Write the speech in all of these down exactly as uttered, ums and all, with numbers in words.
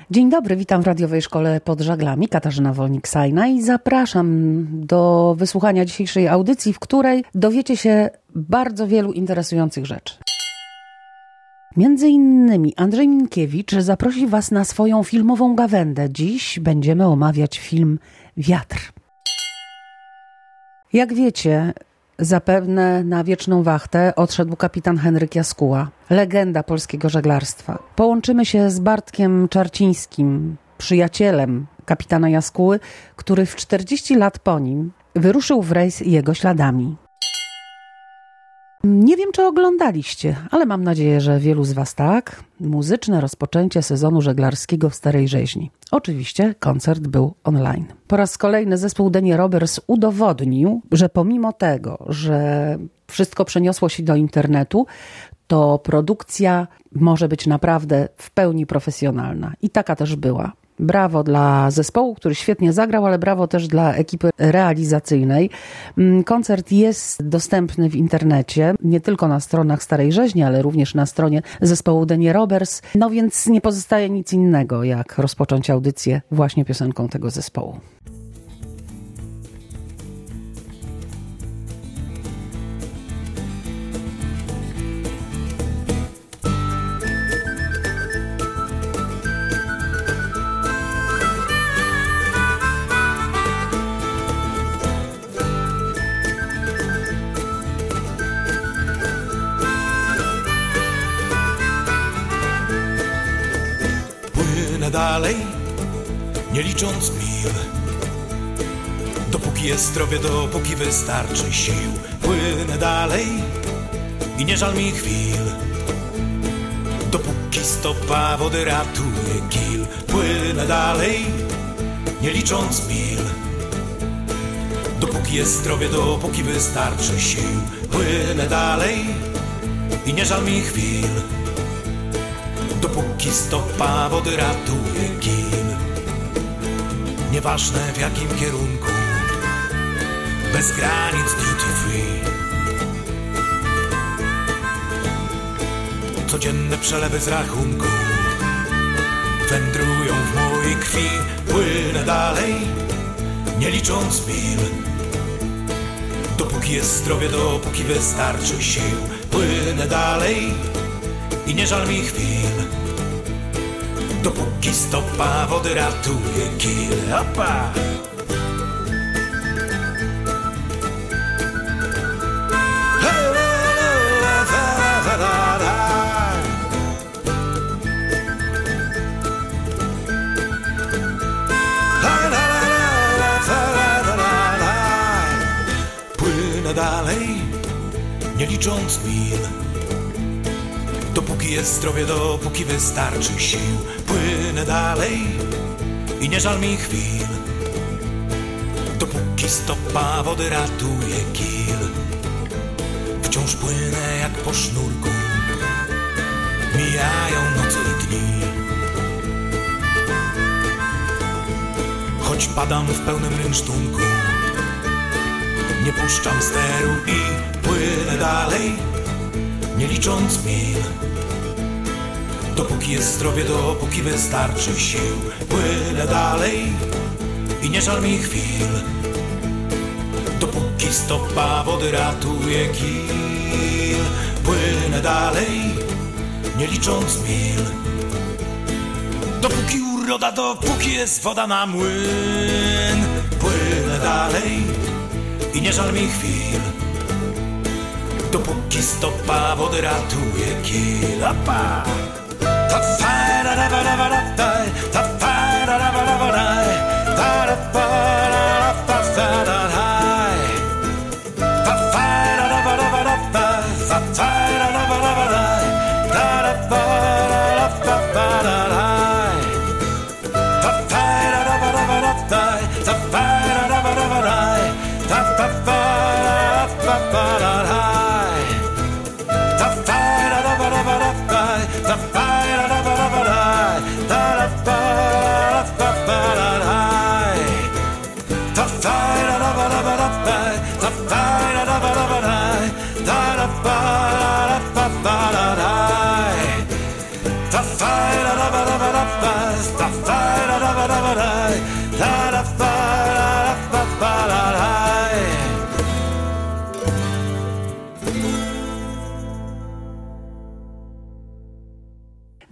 Dzień dobry, witam w radiowej szkole pod żaglami. Katarzyna Wolnik-Sajna i zapraszam do wysłuchania dzisiejszej audycji, w której dowiecie się bardzo wielu interesujących rzeczy. Między innymi Andrzej Minkiewicz zaprosi Was na swoją filmową gawędę. Dziś będziemy omawiać film Wiatr. Jak wiecie, zapewne na wieczną wachtę odszedł kapitan Henryk Jaskuła, legenda polskiego żeglarstwa. Połączymy się z Bartkiem Czarcińskim, przyjacielem kapitana Jaskuły, który w czterdzieści lat po nim wyruszył w rejs jego śladami. Nie wiem, czy oglądaliście, ale mam nadzieję, że wielu z Was tak. Muzyczne rozpoczęcie sezonu żeglarskiego w Starej Rzeźni. Oczywiście koncert był online. Po raz kolejny zespół Denny Robbers udowodnił, że pomimo tego, że wszystko przeniosło się do internetu, to produkcja może być naprawdę w pełni profesjonalna. I taka też była. Brawo dla zespołu, który świetnie zagrał, ale brawo też dla ekipy realizacyjnej. Koncert jest dostępny w internecie, nie tylko na stronach Starej Rzeźni, ale również na stronie zespołu Denny Robbers. No więc nie pozostaje nic innego, jak rozpocząć audycję właśnie piosenką tego zespołu. Dalej, nie licząc mil, dopóki jest zdrowie, dopóki wystarczy sił. Płynę dalej i nie żal mi chwil, dopóki stopa wody ratuje kil. Płynę dalej, nie licząc mil, dopóki jest zdrowie, dopóki wystarczy sił. Płynę dalej i nie żal mi chwil, dopóki stopa wody ratuje kil. Nieważne w jakim kierunku, bez granic duty free. Codzienne przelewy z rachunku wędrują w mojej krwi. Płynę dalej, nie licząc mil, dopóki jest zdrowie, dopóki wystarczy sił. Płynę dalej i nie żal mi chwil, dopóki stopa wody ratuje kil. Opa! Płynę dalej, nie licząc mil, dopóki jest zdrowie, dopóki wystarczy sił. Płynę dalej i nie żal mi chwil, dopóki stopa wody ratuje kil. Wciąż płynę jak po sznurku, mijają noce i dni, choć padam w pełnym rynsztunku, nie puszczam steru i płynę dalej, nie licząc mil, dopóki jest zdrowie, dopóki wystarczy sił. Płynę dalej i nie żal mi chwil, dopóki stopa wody ratuje kil. Płynę dalej, nie licząc mil, dopóki uroda, dopóki jest woda na młyn. Płynę dalej i nie żal mi chwil, dopóki stopa wody ratuje kil. Opa! Da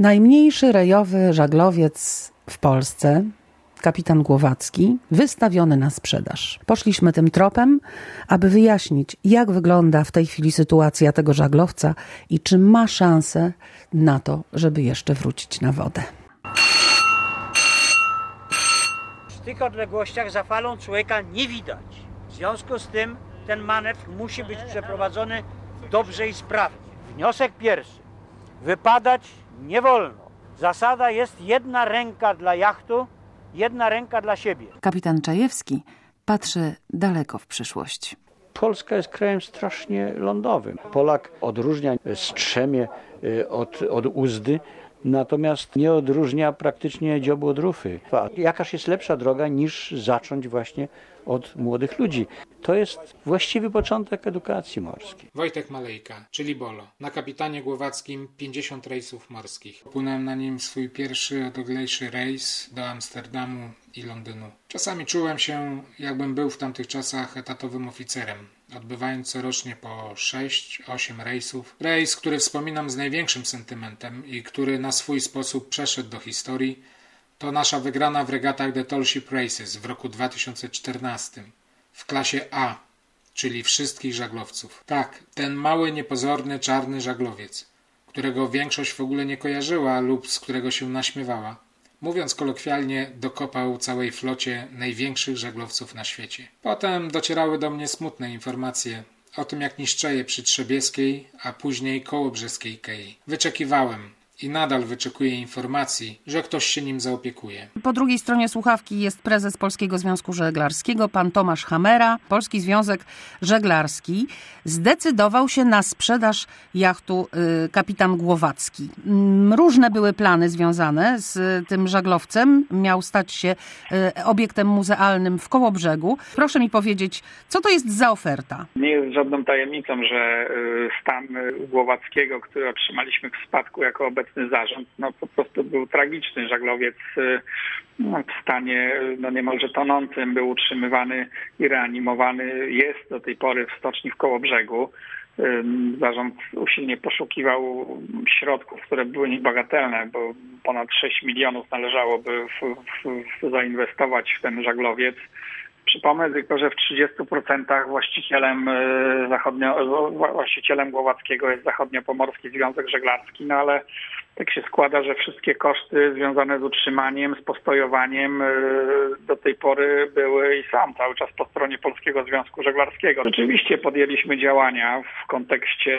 Najmniejszy rejowy żaglowiec w Polsce, kapitan Głowacki, wystawiony na sprzedaż. Poszliśmy tym tropem, aby wyjaśnić, jak wygląda w tej chwili sytuacja tego żaglowca i czy ma szansę na to, żeby jeszcze wrócić na wodę. W tych odległościach za falą człowieka nie widać. W związku z tym ten manewr musi być przeprowadzony dobrze i sprawnie. Wniosek pierwszy. Wypadać nie wolno. Zasada jest jedna ręka dla jachtu, jedna ręka dla siebie. Kapitan Czajewski patrzy daleko w przyszłość. Polska jest krajem strasznie lądowym. Polak odróżnia strzemię od, od uzdy, natomiast nie odróżnia praktycznie dziobu od rufy. A jakaż jest lepsza droga niż zacząć właśnie od młodych ludzi? To jest właściwy początek edukacji morskiej. Wojtek Malejka, czyli Bolo. Na kapitanie Głowackim pięćdziesiąt rejsów morskich. Płynąłem na nim swój pierwszy, odleglejszy rejs do Amsterdamu i Londynu. Czasami czułem się, jakbym był w tamtych czasach etatowym oficerem, odbywając corocznie po sześć osiem rejsów. Rejs, który wspominam z największym sentymentem i który na swój sposób przeszedł do historii, to nasza wygrana w regatach The Tall Ship Races w roku dwa tysiące czternastym w klasie A, czyli wszystkich żaglowców. Tak, ten mały, niepozorny, czarny żaglowiec, którego większość w ogóle nie kojarzyła lub z którego się naśmiewała. Mówiąc kolokwialnie, dokopał całej flocie największych żaglowców na świecie. Potem docierały do mnie smutne informacje o tym, jak niszczeje przy Trzebieskiej, a później Kołobrzeskiej Kei. Wyczekiwałem i nadal wyczekuję informacji, że ktoś się nim zaopiekuje. Po drugiej stronie słuchawki jest prezes Polskiego Związku Żeglarskiego, pan Tomasz Hamera. Polski Związek Żeglarski zdecydował się na sprzedaż jachtu y, kapitan Głowacki. Y, różne były plany związane z y, tym żaglowcem. Miał stać się y, obiektem muzealnym w Kołobrzegu. Proszę mi powiedzieć, co to jest za oferta? Nie jest żadną tajemnicą, że y, stan Głowackiego, który otrzymaliśmy w spadku jako obecny zarząd, no po prostu był tragiczny. Żaglowiec no, w stanie no, niemalże tonącym był utrzymywany i reanimowany. Jest do tej pory w stoczni w Kołobrzegu. Zarząd usilnie poszukiwał środków, które były niebagatelne, bo ponad sześć milionów należałoby w, w, w zainwestować w ten żaglowiec. Przypomnę tylko, że w trzydziestu procentach właścicielem zachodnio, właścicielem Głowackiego jest Zachodniopomorski Związek Żeglarski, no ale tak się składa, że wszystkie koszty związane z utrzymaniem, z postojowaniem do tej pory były i są cały czas po stronie Polskiego Związku Żeglarskiego. Rzeczywiście podjęliśmy działania w kontekście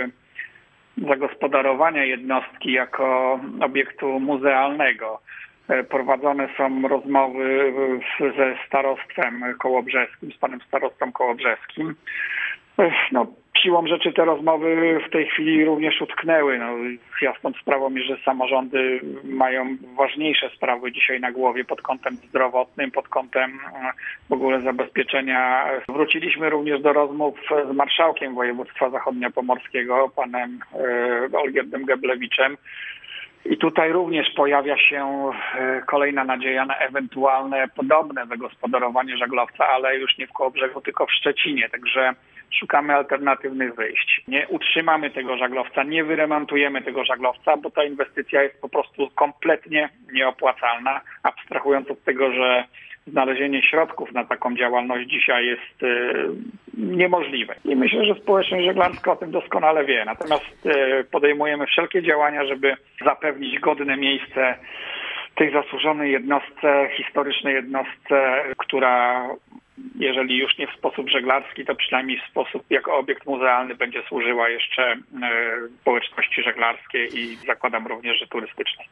zagospodarowania jednostki jako obiektu muzealnego. Prowadzone są rozmowy ze starostwem kołobrzeskim, z panem starostą kołobrzeskim. No, siłą rzeczy te rozmowy w tej chwili również utknęły. No, jasną sprawą jest, że samorządy mają ważniejsze sprawy dzisiaj na głowie pod kątem zdrowotnym, pod kątem w ogóle zabezpieczenia. Wróciliśmy również do rozmów z marszałkiem województwa zachodniopomorskiego, panem Olgierdem Geblewiczem. I tutaj również pojawia się kolejna nadzieja na ewentualne podobne zagospodarowanie żaglowca, ale już nie w Kołobrzegu, tylko w Szczecinie. Także szukamy alternatywnych wyjść. Nie utrzymamy tego żaglowca, nie wyremontujemy tego żaglowca, bo ta inwestycja jest po prostu kompletnie nieopłacalna, abstrahując od tego, że znalezienie środków na taką działalność dzisiaj jest y, niemożliwe. I myślę, że społeczność żeglarska o tym doskonale wie. Natomiast y, podejmujemy wszelkie działania, żeby zapewnić godne miejsce tej zasłużonej jednostce, historycznej jednostce, która, jeżeli już nie w sposób żeglarski, to przynajmniej w sposób jako obiekt muzealny będzie służyła jeszcze y, społeczności żeglarskiej i zakładam również, że turystycznej.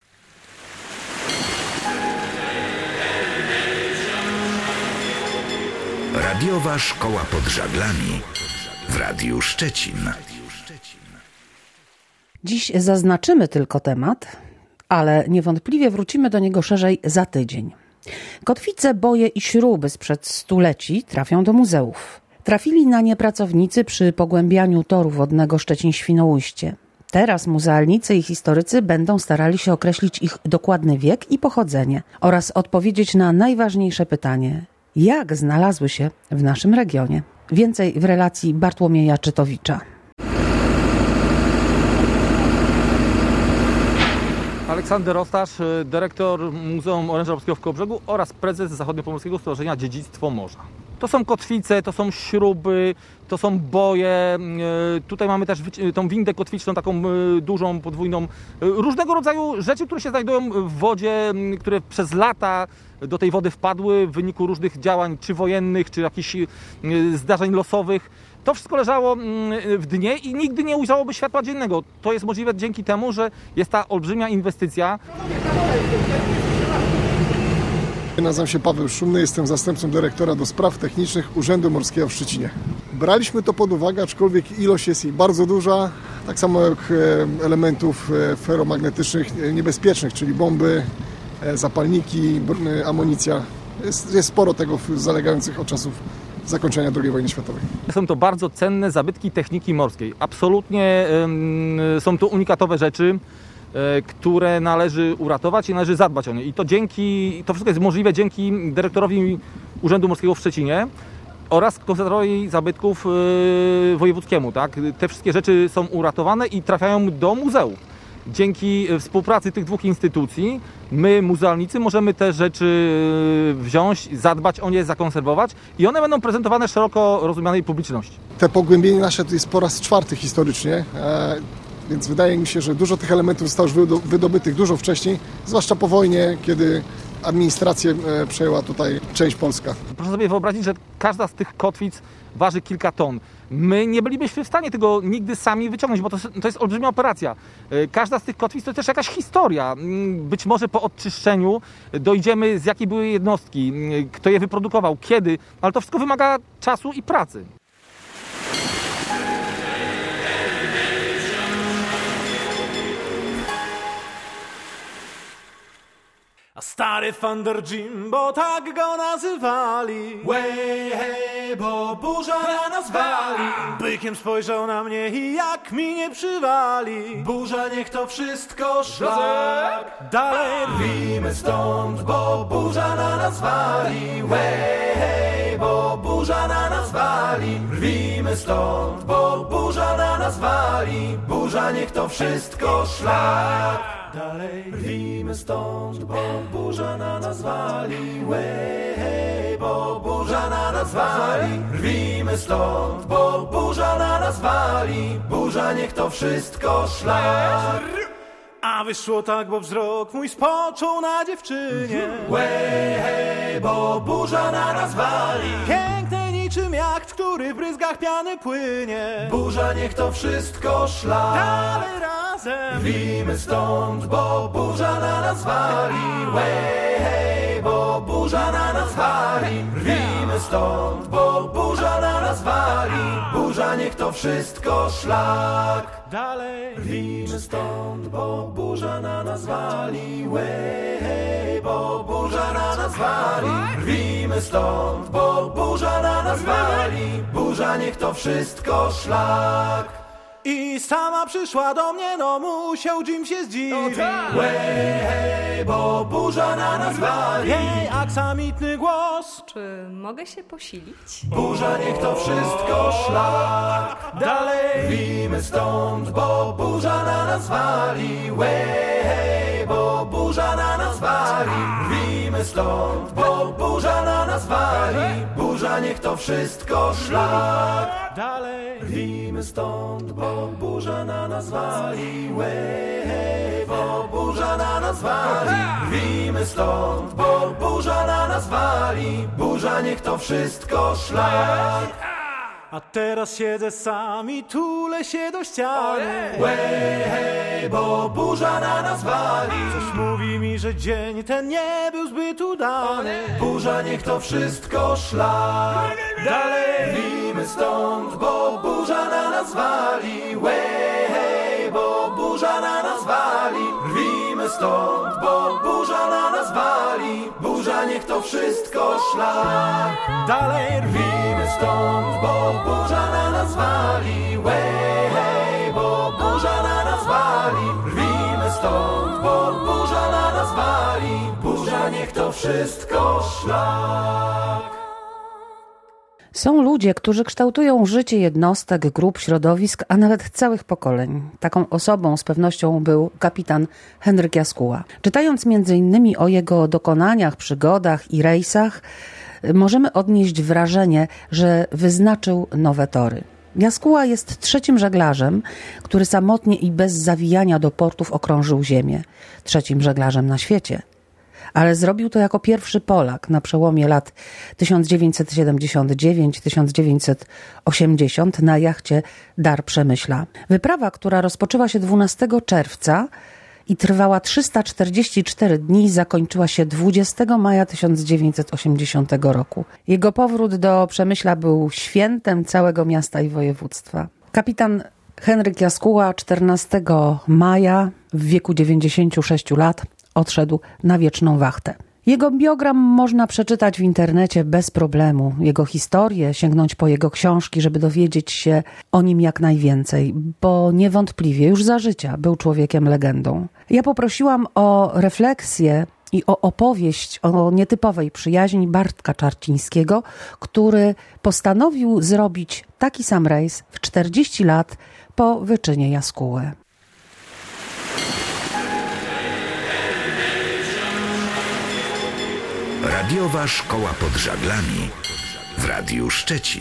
Radiowa Szkoła pod Żaglami w Radiu Szczecin. Dziś zaznaczymy tylko temat, ale niewątpliwie wrócimy do niego szerzej za tydzień. Kotwice, boje i śruby sprzed stuleci trafią do muzeów. Trafili na nie pracownicy przy pogłębianiu toru wodnego Szczecin-Świnoujście. Teraz muzealnicy i historycy będą starali się określić ich dokładny wiek i pochodzenie oraz odpowiedzieć na najważniejsze pytanie: jak znalazły się w naszym regionie? Więcej w relacji Bartłomieja Czytowicza. Aleksander Ostasz, dyrektor Muzeum Oręża Morskiego w Kołobrzegu oraz prezes Zachodniopomorskiego Stowarzyszenia Dziedzictwo Morza. To są kotwice, to są śruby, to są boje. Tutaj mamy też tą windę kotwiczną, taką dużą, podwójną. Różnego rodzaju rzeczy, które się znajdują w wodzie, które przez lata do tej wody wpadły w wyniku różnych działań, czy wojennych, czy jakichś zdarzeń losowych. To wszystko leżało w dnie i nigdy nie ujrzałoby światła dziennego. To jest możliwe dzięki temu, że jest ta olbrzymia inwestycja. Nazywam się Paweł Szumny, jestem zastępcą dyrektora do spraw technicznych Urzędu Morskiego w Szczecinie. Braliśmy to pod uwagę, aczkolwiek ilość jest jej bardzo duża, tak samo jak elementów feromagnetycznych niebezpiecznych, czyli bomby, zapalniki, amunicja. Jest, jest sporo tego zalegających od czasów zakończenia drugiej wojny światowej. Są to bardzo cenne zabytki techniki morskiej. Absolutnie y, są to unikatowe rzeczy, y, które należy uratować i należy zadbać o nie. I to dzięki, to wszystko jest możliwe dzięki dyrektorowi Urzędu Morskiego w Szczecinie oraz konserwatorowi zabytków y, wojewódzkiemu. Tak? Te wszystkie rzeczy są uratowane i trafiają do muzeum. Dzięki współpracy tych dwóch instytucji my, muzealnicy, możemy te rzeczy wziąć, zadbać o nie, zakonserwować i one będą prezentowane szeroko rozumianej publiczności. Te pogłębienie nasze to jest po raz czwarty historycznie, e, więc wydaje mi się, że dużo tych elementów zostało już wydobytych dużo wcześniej, zwłaszcza po wojnie, kiedy administrację e, przejęła tutaj część polska. Proszę sobie wyobrazić, że każda z tych kotwic waży kilka ton. My nie bylibyśmy w stanie tego nigdy sami wyciągnąć, bo to, to jest olbrzymia operacja. Każda z tych kotwic to jest też jakaś historia. Być może po odczyszczeniu dojdziemy, z jakiej były jednostki, kto je wyprodukował, kiedy, ale to wszystko wymaga czasu i pracy. A stary Thunder Jim, bo tak go nazywali. Way, hey, bo burza na nas wali. Bykiem spojrzał na mnie i jak mi nie przywali. Burza, niech to wszystko szlak. Dalej rwimy stąd, bo burza na nas wali. Way, hey, bo burza na nas wali. Rwimy stąd, bo burza na nas wali. Burza, niech to wszystko szlak. Dalej rwimy stąd, bo burza na nas wali. Way, hey, bo burza na nas wali. Rwimy stąd, bo burza na nas wali. Burza, niech to wszystko szlak. A wyszło tak, bo wzrok mój spoczął na dziewczynie. Way, hey, bo burza na nas wali. Pięknej niczym jacht, który w bryzgach piany płynie. Burza, niech to wszystko szlak. Dalej razem rwimy stąd, bo burza na nas wali. Way, hey, bo burza na nas wali. Rwimy stąd, bo burza na nas wali. Burza, niech to wszystko szlak. Dalej rwimy stąd, bo burza na nas wali. Way, hey, bo burza na nas wali. Rwimy stąd, bo burza na nas wali. Burza, niech to wszystko szlak. I sama przyszła do mnie, no musiał Jim się zdziwić. Way, hey, bo burza na nas wali. Jej aksamitny głos. Czy mogę się posilić? Burza, niech to wszystko szlak. Dalej rwimy stąd, bo burza na nas wali. Way, hey, bo burza na nas wali. Rwimy stąd, bo burza na nas wali. Burza, niech to wszystko szlak. Dalej rwimy stąd, bo burza na nas wali. Way, hey, bo burza na nas wali. Rwimy stąd, bo burza na nas wali. Burza, niech to wszystko szlak. A teraz siedzę sam i tulę się do ściany. Way, hey, bo burza na nas wali. Coś mówi mi, że dzień ten nie był zbyt udany. Burza, niech to wszystko szlak. Dalej rwimy stąd, bo burza na nas wali. Way, hey, bo burza na nas wali. Rwimy stąd, bo burza na nas wali. Burza, niech to wszystko szlak. Dalej rwimy stąd, bo burza na nas wali. Way, hey, bo burza na nas wali. Rwimy stąd, bo burza na nas wali. Burza, niech to wszystko szlak. Są ludzie, którzy kształtują życie jednostek, grup, środowisk, a nawet całych pokoleń. Taką osobą z pewnością był kapitan Henryk Jaskuła. Czytając między innymi o jego dokonaniach, przygodach i rejsach, możemy odnieść wrażenie, że wyznaczył nowe tory. Jaskuła jest trzecim żeglarzem, który samotnie i bez zawijania do portów okrążył ziemię. Trzecim żeglarzem na świecie. Ale zrobił to jako pierwszy Polak na przełomie lat tysiąc dziewięćset siedemdziesiąt dziewięć do tysiąc dziewięćset osiemdziesiąt na jachcie Dar Przemyśla. Wyprawa, która rozpoczęła się dwunastego czerwca i trwała trzysta czterdzieści cztery dni, zakończyła się dwudziestego maja tysiąc dziewięćset osiemdziesiątego roku. Jego powrót do Przemyśla był świętem całego miasta i województwa. Kapitan Henryk Jaskuła czternastego maja w wieku dziewięćdziesięciu sześciu lat odszedł na wieczną wachtę. Jego biogram można przeczytać w internecie bez problemu. Jego historię, sięgnąć po jego książki, żeby dowiedzieć się o nim jak najwięcej, bo niewątpliwie już za życia był człowiekiem legendą. Ja poprosiłam o refleksję i o opowieść o nietypowej przyjaźni Bartka Czarcińskiego, który postanowił zrobić taki sam rejs w czterdzieści lat po wyczynie Jaskuły. Radiowa Szkoła pod Żaglami w Radiu Szczecin.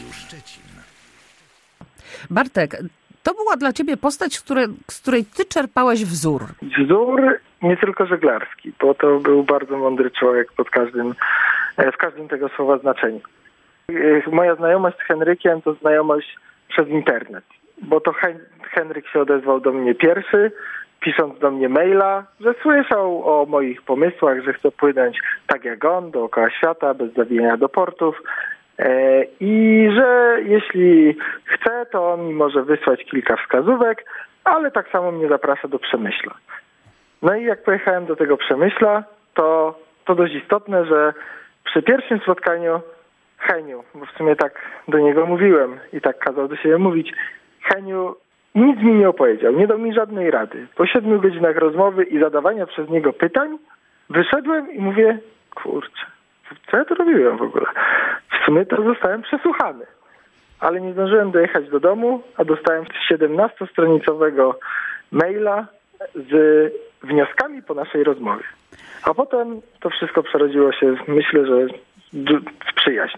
Bartek, to była dla ciebie postać, z której, z której ty czerpałeś wzór. Wzór nie tylko żeglarski, bo to był bardzo mądry człowiek pod każdym, w każdym tego słowa znaczeniu. Moja znajomość z Henrykiem to znajomość przez internet, bo to Hen- Henryk się odezwał do mnie pierwszy, pisząc do mnie maila, że słyszał o moich pomysłach, że chce płynąć tak jak on, dookoła świata, bez zawijania do portów e, i że jeśli chce, to on mi może wysłać kilka wskazówek, ale tak samo mnie zaprasza do Przemyśla. No i jak pojechałem do tego Przemyśla, to, to dość istotne, że przy pierwszym spotkaniu Heniu, bo w sumie tak do niego mówiłem i tak kazał do siebie mówić, Heniu nic mi nie opowiedział, nie dał mi żadnej rady. Po siedmiu godzinach rozmowy i zadawania przez niego pytań wyszedłem i mówię, kurczę, co ja to robiłem w ogóle? W sumie to zostałem przesłuchany. Ale nie zdążyłem dojechać do domu, a dostałem siedemnastostronicowego maila z wnioskami po naszej rozmowie. A potem to wszystko przerodziło się, myślę, że w przyjaźń.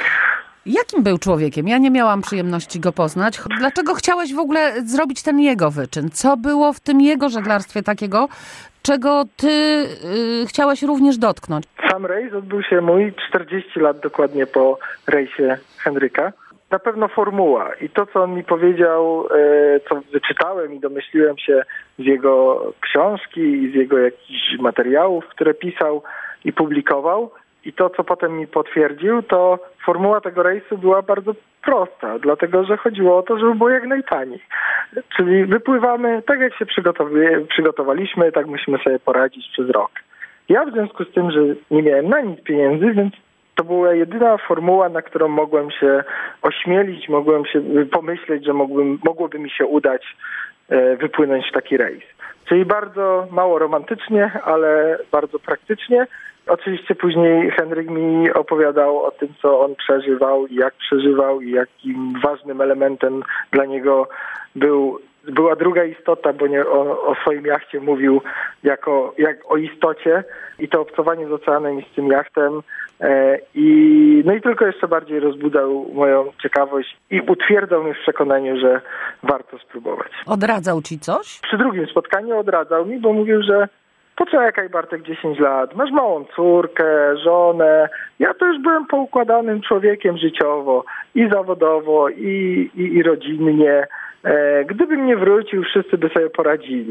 Jakim był człowiekiem? Ja nie miałam przyjemności go poznać. Dlaczego chciałeś w ogóle zrobić ten jego wyczyn? Co było w tym jego żeglarstwie takiego, czego ty y, chciałeś również dotknąć? Sam rejs odbył się mój czterdzieści lat dokładnie po rejsie Henryka. Na pewno formuła i to, co on mi powiedział, y, co wyczytałem i domyśliłem się z jego książki i z jego jakichś materiałów, które pisał i publikował, i to, co potem mi potwierdził, to formuła tego rejsu była bardzo prosta, dlatego że chodziło o to, żeby było jak najtaniej. Czyli wypływamy, tak jak się przygotowaliśmy, tak musimy sobie poradzić przez rok. Ja w związku z tym, że nie miałem na nic pieniędzy, więc to była jedyna formuła, na którą mogłem się ośmielić, mogłem się pomyśleć, że mógłbym, mogłoby mi się udać wypłynąć w taki rejs. Czyli bardzo mało romantycznie, ale bardzo praktycznie. Oczywiście później Henryk mi opowiadał o tym, co on przeżywał i jak przeżywał i jakim ważnym elementem dla niego był, była druga istota, bo nie, o, o swoim jachcie mówił jako, jak o istocie i to obcowanie z oceanem i z tym jachtem e, i no i tylko jeszcze bardziej rozbudzał moją ciekawość i utwierdzał mnie w przekonaniu, że warto spróbować. Odradzał ci coś? Przy drugim spotkaniu odradzał mi, bo mówił, że poczekaj Bartek dziesięć lat, masz małą córkę, żonę. Ja to już byłem poukładanym człowiekiem życiowo i zawodowo i, i, i rodzinnie. E, gdybym nie wrócił, wszyscy by sobie poradzili.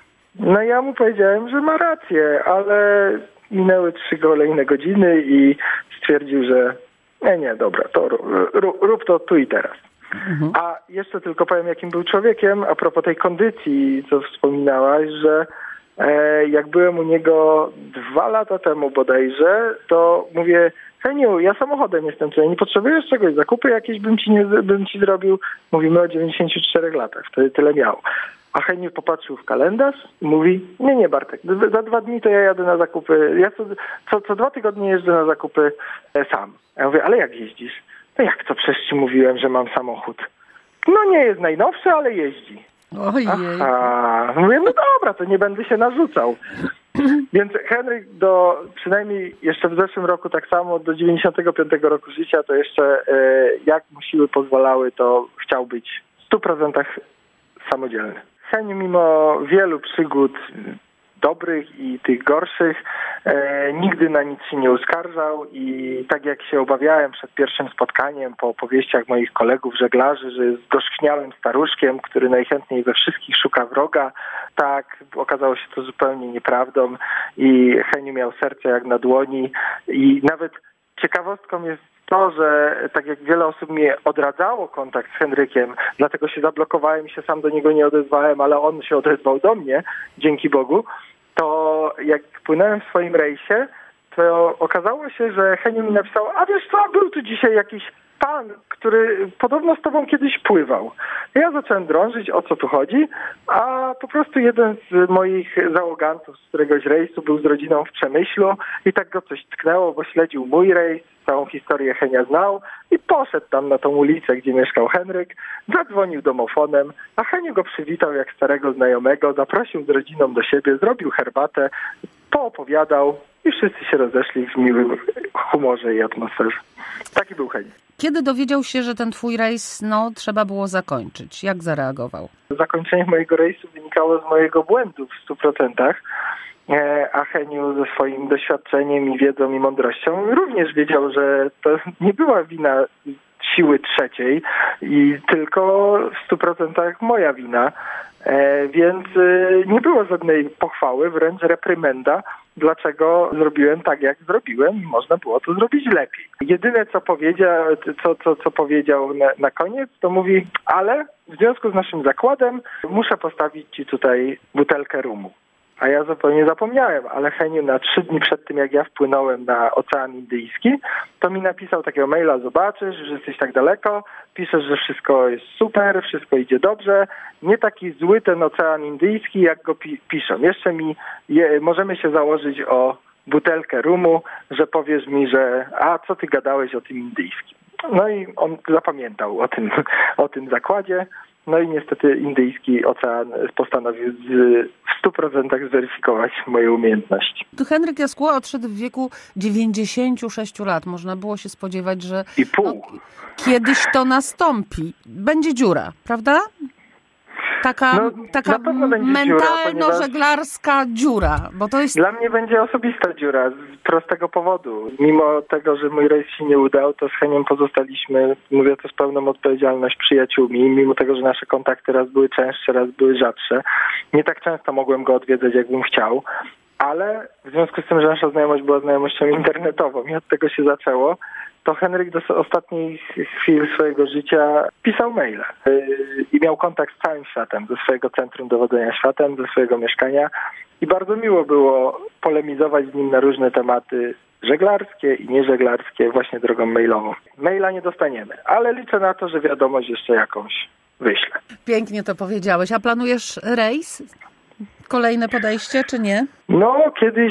No ja mu powiedziałem, że ma rację, ale minęły trzy kolejne godziny i stwierdził, że nie, nie, dobra, to rób, rób to tu i teraz. Mhm. A jeszcze tylko powiem, jakim był człowiekiem, a propos tej kondycji, co wspominałaś, że jak byłem u niego dwa lata temu bodajże, to mówię, Heniu, ja samochodem jestem, czy nie potrzebujesz czegoś, zakupy jakieś bym ci, nie, bym ci zrobił? Mówimy o dziewięćdziesięciu czterech latach, wtedy tyle miał. A Heniu popatrzył w kalendarz i mówi, nie, nie Bartek, za dwa dni to ja jadę na zakupy, ja co, co, co dwa tygodnie jeżdżę na zakupy sam. Ja mówię, ale jak jeździsz? No jak to przecież ci mówiłem, że mam samochód? No nie jest najnowszy, ale jeździ. Ojej. Aha. Mówię, no dobra, to nie będę się narzucał. Więc Henryk do, przynajmniej jeszcze w zeszłym roku tak samo, do dziewięćdziesiątego piątego roku życia, to jeszcze e, jak mu siły pozwalały, to chciał być w stu procentach samodzielny. Heniu mimo wielu przygód dobrych i tych gorszych e, nigdy na nic się nie uskarżał i tak jak się obawiałem przed pierwszym spotkaniem po opowieściach moich kolegów żeglarzy, że jest gorzkniałym staruszkiem, który najchętniej we wszystkich szuka wroga, tak okazało się to zupełnie nieprawdą i Heniu miał serce jak na dłoni i nawet ciekawostką jest to, że tak jak wiele osób mi odradzało kontakt z Henrykiem, dlatego się zablokowałem i się sam do niego nie odezwałem, ale on się odezwał do mnie, dzięki Bogu, to jak płynąłem w swoim rejsie, to okazało się, że Heniu mi napisał, a wiesz co, był tu dzisiaj jakiś pan, który podobno z tobą kiedyś pływał. Ja zacząłem drążyć, o co tu chodzi, a po prostu jeden z moich załogantów z któregoś rejsu był z rodziną w Przemyślu i tak go coś tknęło, bo śledził mój rejs, całą historię Henia znał i poszedł tam na tą ulicę, gdzie mieszkał Henryk, zadzwonił domofonem, a Heniu go przywitał jak starego znajomego, zaprosił z rodziną do siebie, zrobił herbatę, poopowiadał i wszyscy się rozeszli w miłym humorze i atmosferze. Taki był Heniu. Kiedy dowiedział się, że ten twój rejs, no, trzeba było zakończyć? Jak zareagował? Zakończenie mojego rejsu wynikało z mojego błędu w stu procentach, a Heniu ze swoim doświadczeniem i wiedzą i mądrością również wiedział, że to nie była wina siły trzeciej i tylko w stu procentach moja wina, więc nie było żadnej pochwały, wręcz reprymenda, dlaczego zrobiłem tak, jak zrobiłem i można było to zrobić lepiej. Jedyne, co powiedział, co, co, co powiedział na, na koniec, to mówi, ale w związku z naszym zakładem muszę postawić ci tutaj butelkę rumu. A ja zupełnie zapomniałem, ale Heniu na trzy dni przed tym, jak ja wpłynąłem na Ocean Indyjski, to mi napisał takiego maila, zobaczysz, że jesteś tak daleko, piszesz, że wszystko jest super, wszystko idzie dobrze, nie taki zły ten Ocean Indyjski, jak go pi- piszą. Jeszcze mi, je, możemy się założyć o butelkę rumu, że powiesz mi, że a co ty gadałeś o tym indyjskim. No i on zapamiętał o tym, o tym zakładzie. No i niestety indyjski ocean postanowił z, w stu procentach zweryfikować moje umiejętności. Henryk Jaskóła odszedł w wieku dziewięćdziesięciu sześciu lat. Można było się spodziewać, że I pół. No, kiedyś to nastąpi. Będzie dziura, prawda? Taka, no, taka mentalno-żeglarska dziura, bo to jest... Dla mnie będzie osobista dziura, z prostego powodu. Mimo tego, że mój rejs się nie udał, to z Heniem pozostaliśmy, mówię to z pełną odpowiedzialność, przyjaciółmi. Mimo tego, że nasze kontakty raz były częstsze, raz były rzadsze. Nie tak często mogłem go odwiedzać, jakbym chciał, ale w związku z tym, że nasza znajomość była znajomością internetową i od tego się zaczęło, to Henryk do ostatniej chwili swojego życia pisał maile i miał kontakt z całym światem, ze swojego centrum dowodzenia światem, ze swojego mieszkania i bardzo miło było polemizować z nim na różne tematy żeglarskie i nieżeglarskie właśnie drogą mailową. Maila nie dostaniemy, ale liczę na to, że wiadomość jeszcze jakąś wyślę. Pięknie to powiedziałeś. A planujesz rejs? Kolejne podejście, czy nie? No, kiedyś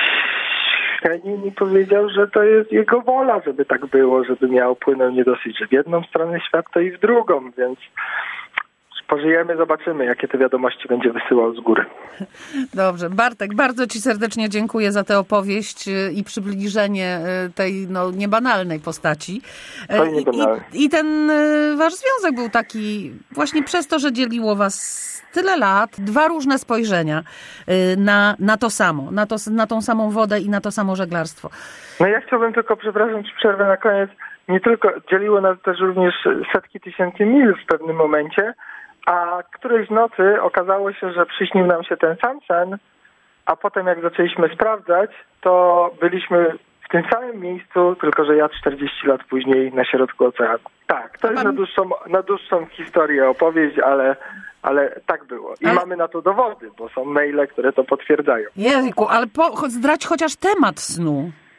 Heniu mi powiedział, że to jest jego wola, żeby tak było, żeby miał płynął nie dosyć, że w jedną stronę świata i w drugą, więc pożyjemy, zobaczymy, jakie te wiadomości będzie wysyłał z góry. Dobrze. Bartek, bardzo ci serdecznie dziękuję za tę opowieść i przybliżenie tej no, niebanalnej postaci. To niebanalne. I, I ten wasz związek był taki właśnie przez to, że dzieliło was tyle lat, dwa różne spojrzenia na, na to samo, na, to, na tą samą wodę i na to samo żeglarstwo. No ja chciałbym tylko, przepraszam, czy przerwę na koniec, nie tylko, dzieliło nas też również setki tysięcy mil w pewnym momencie, a którejś nocy okazało się, że przyśnił nam się ten sam sen, a potem jak zaczęliśmy sprawdzać, to byliśmy w tym samym miejscu, tylko że ja czterdzieści lat później na środku oceanu. Tak, to jest na dłuższą, na dłuższą historię opowieść, ale... Ale tak było. I ale... mamy na to dowody, bo są maile, które to potwierdzają. Jejku, ale po, zdradź chociaż temat snu.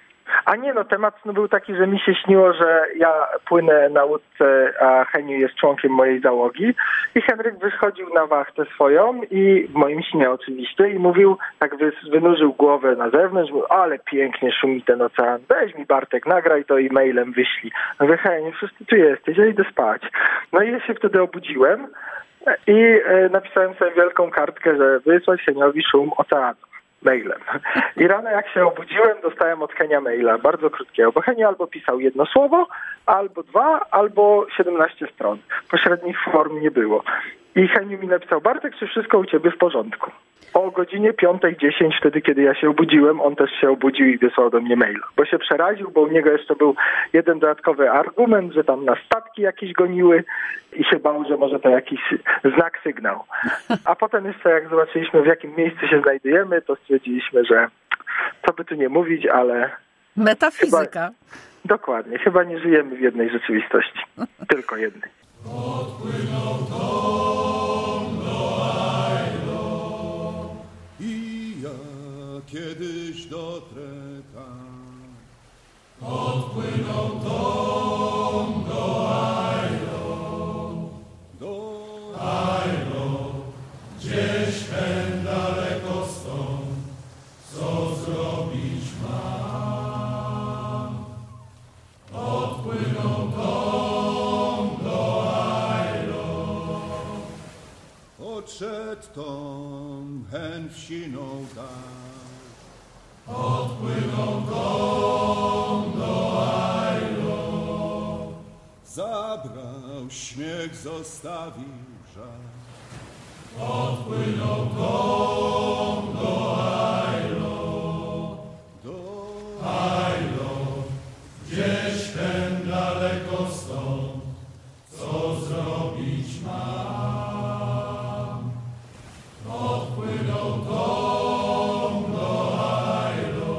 A nie, no temat snu był taki, że mi się śniło, że ja płynę na łódce, a Heniu jest członkiem mojej załogi i Henryk wychodził na wachtę swoją i w moim śnie oczywiście i mówił, tak wynurzył głowę na zewnątrz, mówił, ale pięknie szumi ten ocean, weź mi Bartek, nagraj to i mailem wyślij. Mówię, Heniu, przecież ty tu jesteś, ja idę spać. No i ja się wtedy obudziłem i napisałem sobie wielką kartkę, że wysłać Heniowi szum oceanu. Mailem. I rano jak się obudziłem, dostałem od Henia maila, bardzo krótkiego, bo Henio albo pisał jedno słowo, albo dwa, albo siedemnaście stron. Pośrednich form nie było. I Heniu mi napisał, Bartek, czy wszystko u ciebie w porządku? O godzinie piątej dziesięć, wtedy kiedy ja się obudziłem, on też się obudził i wysłał do mnie maila. Bo się przeraził, bo u niego jeszcze był jeden dodatkowy argument, że tam nas statki jakieś goniły i się bał, że może to jakiś znak, sygnał. A potem jeszcze jak zobaczyliśmy, w jakim miejscu się znajdujemy, to stwierdziliśmy, że co by tu nie mówić, ale... Metafizyka. Chyba, dokładnie. Chyba nie żyjemy w jednej rzeczywistości. Tylko jednej. Odpłynął Tom do Ailo i ja kiedyś dotrę tam. Odpłynął Tom do Ailo, do Ailo, gdzieś hen daleko stąd, co zrobić mam. Odpłynął Tom do odszedł Tom, hen wsinął dal. Odpłynął Tom do Ailo, zabrał śmiech, zostawił żal. Odpłynął Tom do Ailo, do Ailo, gdzieś hen daleko stąd, co zrobić mam. Odpłynął Tom do Ailo.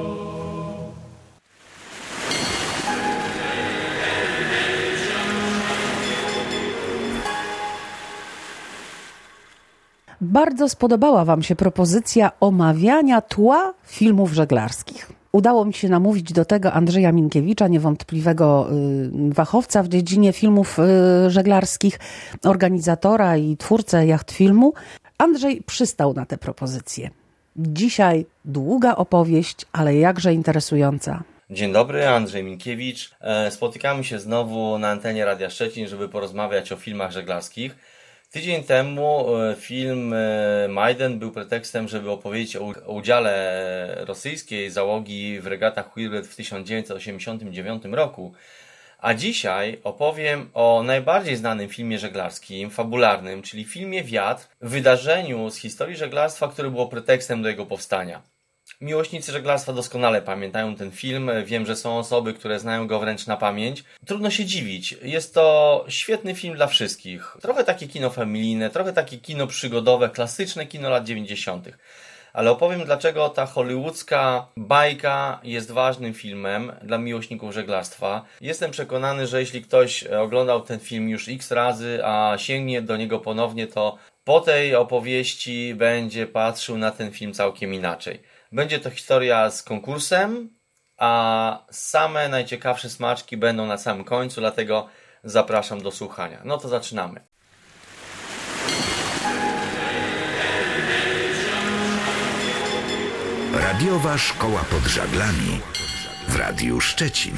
Bardzo spodobała Wam się propozycja omawiania tła filmów żeglarskich. Udało mi się namówić do tego Andrzeja Minkiewicza, niewątpliwego y, fachowca w dziedzinie filmów y, żeglarskich, organizatora i twórcę jacht filmu. Andrzej przystał na tę propozycję. Dzisiaj długa opowieść, ale jakże interesująca. Dzień dobry, Andrzej Minkiewicz. Spotykamy się znowu na antenie Radia Szczecin, żeby porozmawiać o filmach żeglarskich. Tydzień temu film Majden był pretekstem, żeby opowiedzieć o udziale rosyjskiej załogi w regatach Whirlwind w tysiąc dziewięćset osiemdziesiątym dziewiątym roku. A dzisiaj opowiem o najbardziej znanym filmie żeglarskim, fabularnym, czyli filmie Wiatr, wydarzeniu z historii żeglarstwa, które było pretekstem do jego powstania. Miłośnicy żeglarstwa doskonale pamiętają ten film. Wiem, że są osoby, które znają go wręcz na pamięć. Trudno się dziwić. Jest to świetny film dla wszystkich. Trochę takie kino familijne, trochę takie kino przygodowe, klasyczne kino lat dziewięćdziesiątych. Ale opowiem, dlaczego ta hollywoodzka bajka jest ważnym filmem dla miłośników żeglarstwa. Jestem przekonany, że jeśli ktoś oglądał ten film już x razy, a sięgnie do niego ponownie, to po tej opowieści będzie patrzył na ten film całkiem inaczej. Będzie to historia z konkursem, a same najciekawsze smaczki będą na samym końcu, dlatego zapraszam do słuchania. No to zaczynamy. Radiowa Szkoła pod Żaglami w Radiu Szczecin.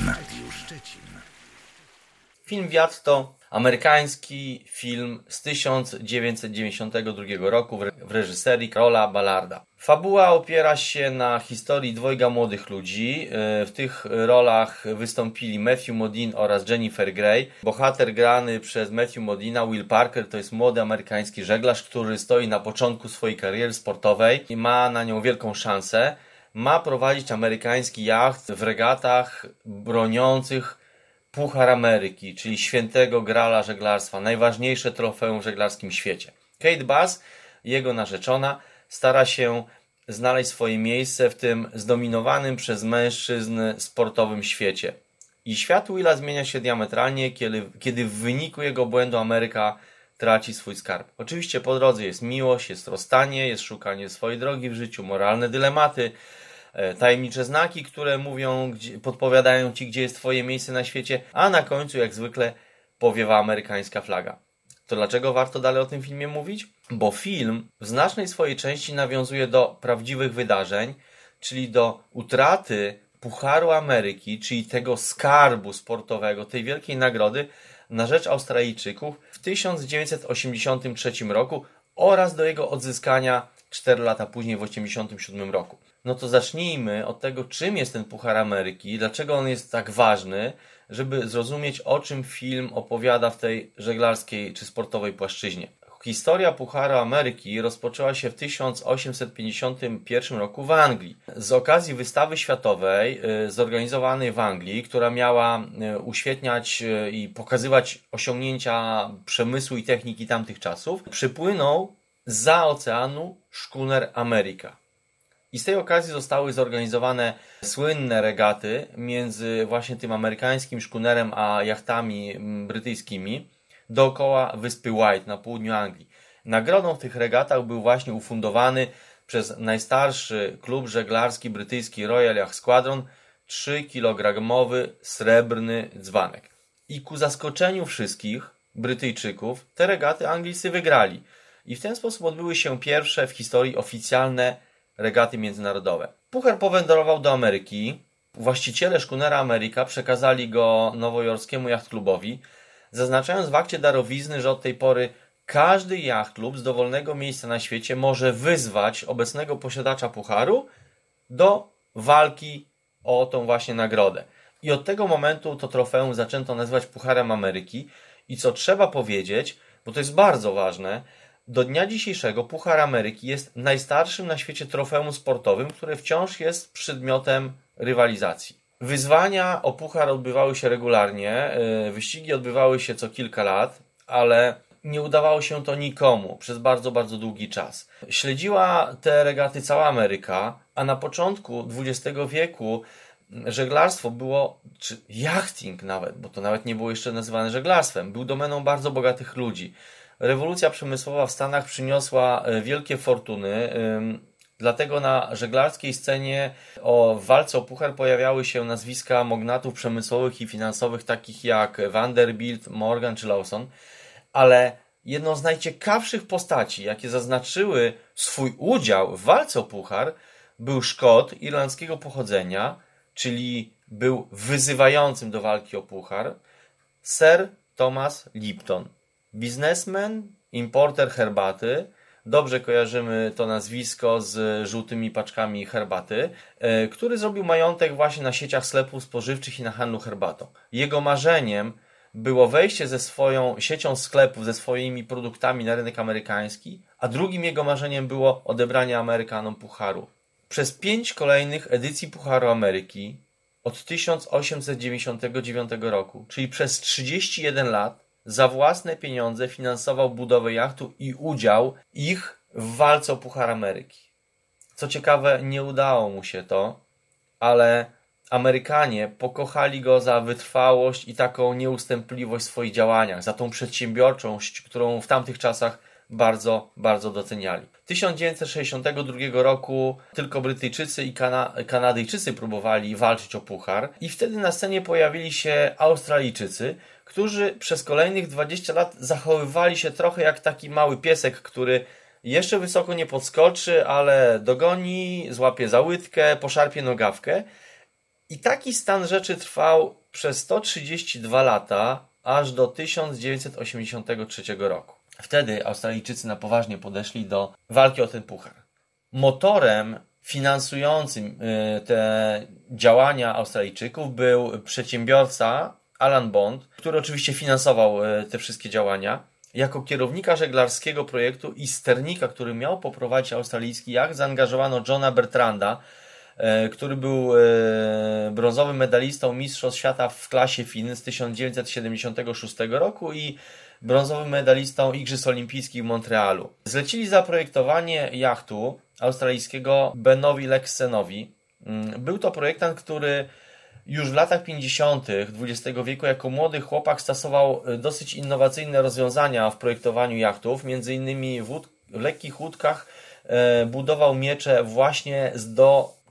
Film Wiatr to amerykański film z tysiąc dziewięćset dziewięćdziesiątego drugiego roku w reżyserii Karola Ballarda. Fabuła opiera się na historii dwojga młodych ludzi. W tych rolach wystąpili Matthew Modine oraz Jennifer Grey. Bohater grany przez Matthew Modina, Will Parker, to jest młody amerykański żeglarz, który stoi na początku swojej kariery sportowej i ma na nią wielką szansę. Ma prowadzić amerykański jacht w regatach broniących Puchar Ameryki, czyli świętego grala żeglarstwa, najważniejsze trofeum w żeglarskim świecie. Kate Bass, jego narzeczona, stara się znaleźć swoje miejsce w tym zdominowanym przez mężczyzn sportowym świecie. I świat Willa zmienia się diametralnie, kiedy, kiedy w wyniku jego błędu Ameryka traci swój skarb. Oczywiście po drodze jest miłość, jest rozstanie, jest szukanie swojej drogi w życiu, moralne dylematy, tajemnicze znaki, które mówią, gdzie, podpowiadają ci, gdzie jest twoje miejsce na świecie, a na końcu, jak zwykle, powiewa amerykańska flaga. To dlaczego warto dalej o tym filmie mówić? Bo film w znacznej swojej części nawiązuje do prawdziwych wydarzeń, czyli do utraty Pucharu Ameryki, czyli tego skarbu sportowego, tej wielkiej nagrody na rzecz Australijczyków w tysiąc dziewięćset osiemdziesiątym trzecim roku oraz do jego odzyskania cztery lata później w osiemdziesiątym siódmym roku. No to zacznijmy od tego, czym jest ten Puchar Ameryki, dlaczego on jest tak ważny, żeby zrozumieć, o czym film opowiada w tej żeglarskiej czy sportowej płaszczyźnie. Historia Pucharu Ameryki rozpoczęła się w tysiąc osiemset pięćdziesiątym pierwszym roku w Anglii. Z okazji wystawy światowej zorganizowanej w Anglii, która miała uświetniać i pokazywać osiągnięcia przemysłu i techniki tamtych czasów, przypłynął zza oceanu szkuner America. I z tej okazji zostały zorganizowane słynne regaty między właśnie tym amerykańskim szkunerem a jachtami brytyjskimi dookoła wyspy White na południu Anglii. Nagrodą w tych regatach był właśnie ufundowany przez najstarszy klub żeglarski brytyjski Royal Yacht Squadron trzykilogramowy srebrny dzbanek. I ku zaskoczeniu wszystkich Brytyjczyków te regaty Anglicy wygrali. I w ten sposób odbyły się pierwsze w historii oficjalne regaty międzynarodowe. Puchar powędrował do Ameryki. Właściciele szkunera America przekazali go nowojorskiemu jachtklubowi, zaznaczając w akcie darowizny, że od tej pory każdy jachtklub z dowolnego miejsca na świecie może wyzwać obecnego posiadacza pucharu do walki o tą właśnie nagrodę. I od tego momentu to trofeum zaczęto nazywać Pucharem Ameryki. I co trzeba powiedzieć, bo to jest bardzo ważne, do dnia dzisiejszego Puchar Ameryki jest najstarszym na świecie trofeum sportowym, które wciąż jest przedmiotem rywalizacji. Wyzwania o puchar odbywały się regularnie, wyścigi odbywały się co kilka lat, ale nie udawało się to nikomu przez bardzo, bardzo długi czas. Śledziła te regaty cała Ameryka, a na początku dwudziestego wieku żeglarstwo było, czy yachting nawet, bo to nawet nie było jeszcze nazywane żeglarstwem, był domeną bardzo bogatych ludzi. Rewolucja przemysłowa w Stanach przyniosła wielkie fortuny, dlatego na żeglarskiej scenie o w walce o puchar pojawiały się nazwiska magnatów przemysłowych i finansowych takich jak Vanderbilt, Morgan czy Lawson, ale jedną z najciekawszych postaci, jakie zaznaczyły swój udział w walce o puchar, był Szkot irlandzkiego pochodzenia, czyli był wyzywającym do walki o puchar, Sir Thomas Lipton. Biznesmen, importer herbaty, dobrze kojarzymy to nazwisko z żółtymi paczkami herbaty, który zrobił majątek właśnie na sieciach sklepów spożywczych i na handlu herbatą. Jego marzeniem było wejście ze swoją siecią sklepów, ze swoimi produktami na rynek amerykański, a drugim jego marzeniem było odebranie Amerykanom pucharu. Przez pięć kolejnych edycji Pucharu Ameryki od tysiąc osiemset dziewięćdziesiątego dziewiątego roku, czyli przez trzydzieści jeden lat, za własne pieniądze finansował budowę jachtu i udział ich w walce o Puchar Ameryki. Co ciekawe, nie udało mu się to, ale Amerykanie pokochali go za wytrwałość i taką nieustępliwość w swoich działaniach, za tą przedsiębiorczość, którą w tamtych czasach bardzo, bardzo doceniali. tysiąc dziewięćset sześćdziesiątego drugiego roku tylko Brytyjczycy i Kana- Kanadyjczycy próbowali walczyć o puchar i wtedy na scenie pojawili się Australijczycy, którzy przez kolejnych dwadzieścia lat zachowywali się trochę jak taki mały piesek, który jeszcze wysoko nie podskoczy, ale dogoni, złapie za łydkę, poszarpie nogawkę. I taki stan rzeczy trwał przez sto trzydzieści dwa lata, aż do tysiąc dziewięćset osiemdziesiątego trzeciego roku. Wtedy Australijczycy na poważnie podeszli do walki o ten puchar. Motorem finansującym te działania Australijczyków był przedsiębiorca Alan Bond, który oczywiście finansował te wszystkie działania. Jako kierownika żeglarskiego projektu i sternika, który miał poprowadzić australijski jacht, zaangażowano Johna Bertranda, który był brązowym medalistą Mistrzostw Świata w klasie Fin z tysiąc dziewięćset siedemdziesiątego szóstego roku i brązowym medalistą Igrzysk Olimpijskich w Montrealu. Zlecili zaprojektowanie jachtu australijskiego Benowi Lexenowi. Był to projektant, który już w latach pięćdziesiątych dwudziestego wieku jako młody chłopak stosował dosyć innowacyjne rozwiązania w projektowaniu jachtów. Między innymi w, łód- w lekkich łódkach e, budował miecze właśnie z do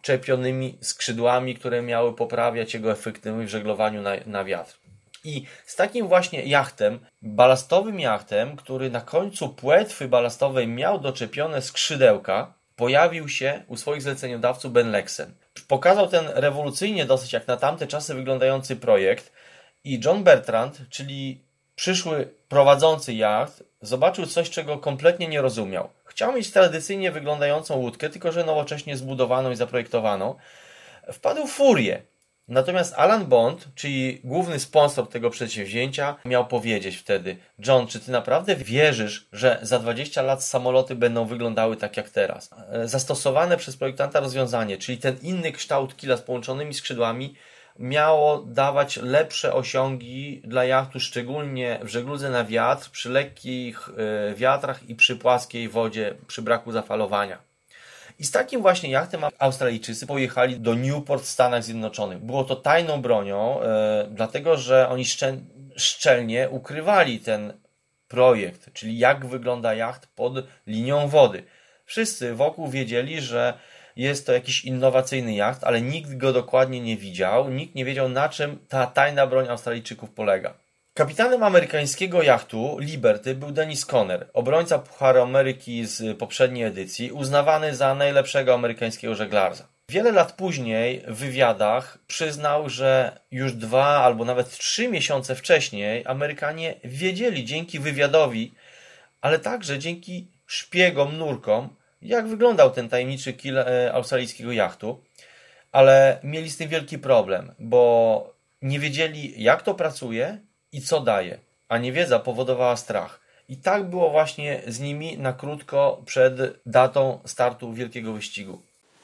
czepionymi skrzydłami, które miały poprawiać jego efektywność w żeglowaniu na, na wiatr. I z takim właśnie jachtem, balastowym jachtem, który na końcu płetwy balastowej miał doczepione skrzydełka, pojawił się u swoich zleceniodawców Ben Lexen. Pokazał ten rewolucyjnie dosyć jak na tamte czasy wyglądający projekt i John Bertrand, czyli przyszły prowadzący jacht, zobaczył coś, czego kompletnie nie rozumiał. Chciał mieć tradycyjnie wyglądającą łódkę, tylko że nowocześnie zbudowaną i zaprojektowaną. Wpadł w furię. Natomiast Alan Bond, czyli główny sponsor tego przedsięwzięcia, miał powiedzieć wtedy: John, czy ty naprawdę wierzysz, że za dwadzieścia lat samoloty będą wyglądały tak jak teraz? Zastosowane przez projektanta rozwiązanie, czyli ten inny kształt kila z połączonymi skrzydłami, miało dawać lepsze osiągi dla jachtu, szczególnie w żegludze na wiatr, przy lekkich wiatrach i przy płaskiej wodzie, przy braku zafalowania. I z takim właśnie jachtem Australijczycy pojechali do Newport w Stanach Zjednoczonych. Było to tajną bronią, e, dlatego że oni szczel, szczelnie ukrywali ten projekt, czyli jak wygląda jacht pod linią wody. Wszyscy wokół wiedzieli, że jest to jakiś innowacyjny jacht, ale nikt go dokładnie nie widział, nikt nie wiedział, na czym ta tajna broń Australijczyków polega. Kapitanem amerykańskiego jachtu Liberty był Dennis Conner, obrońca Pucharu Ameryki z poprzedniej edycji, uznawany za najlepszego amerykańskiego żeglarza. Wiele lat później w wywiadach przyznał, że już dwa albo nawet trzy miesiące wcześniej Amerykanie wiedzieli dzięki wywiadowi, ale także dzięki szpiegom, nurkom, jak wyglądał ten tajemniczy kil australijskiego jachtu, ale mieli z tym wielki problem, bo nie wiedzieli, jak to pracuje i co daje, a niewiedza powodowała strach. I tak było właśnie z nimi na krótko przed datą startu wielkiego wyścigu.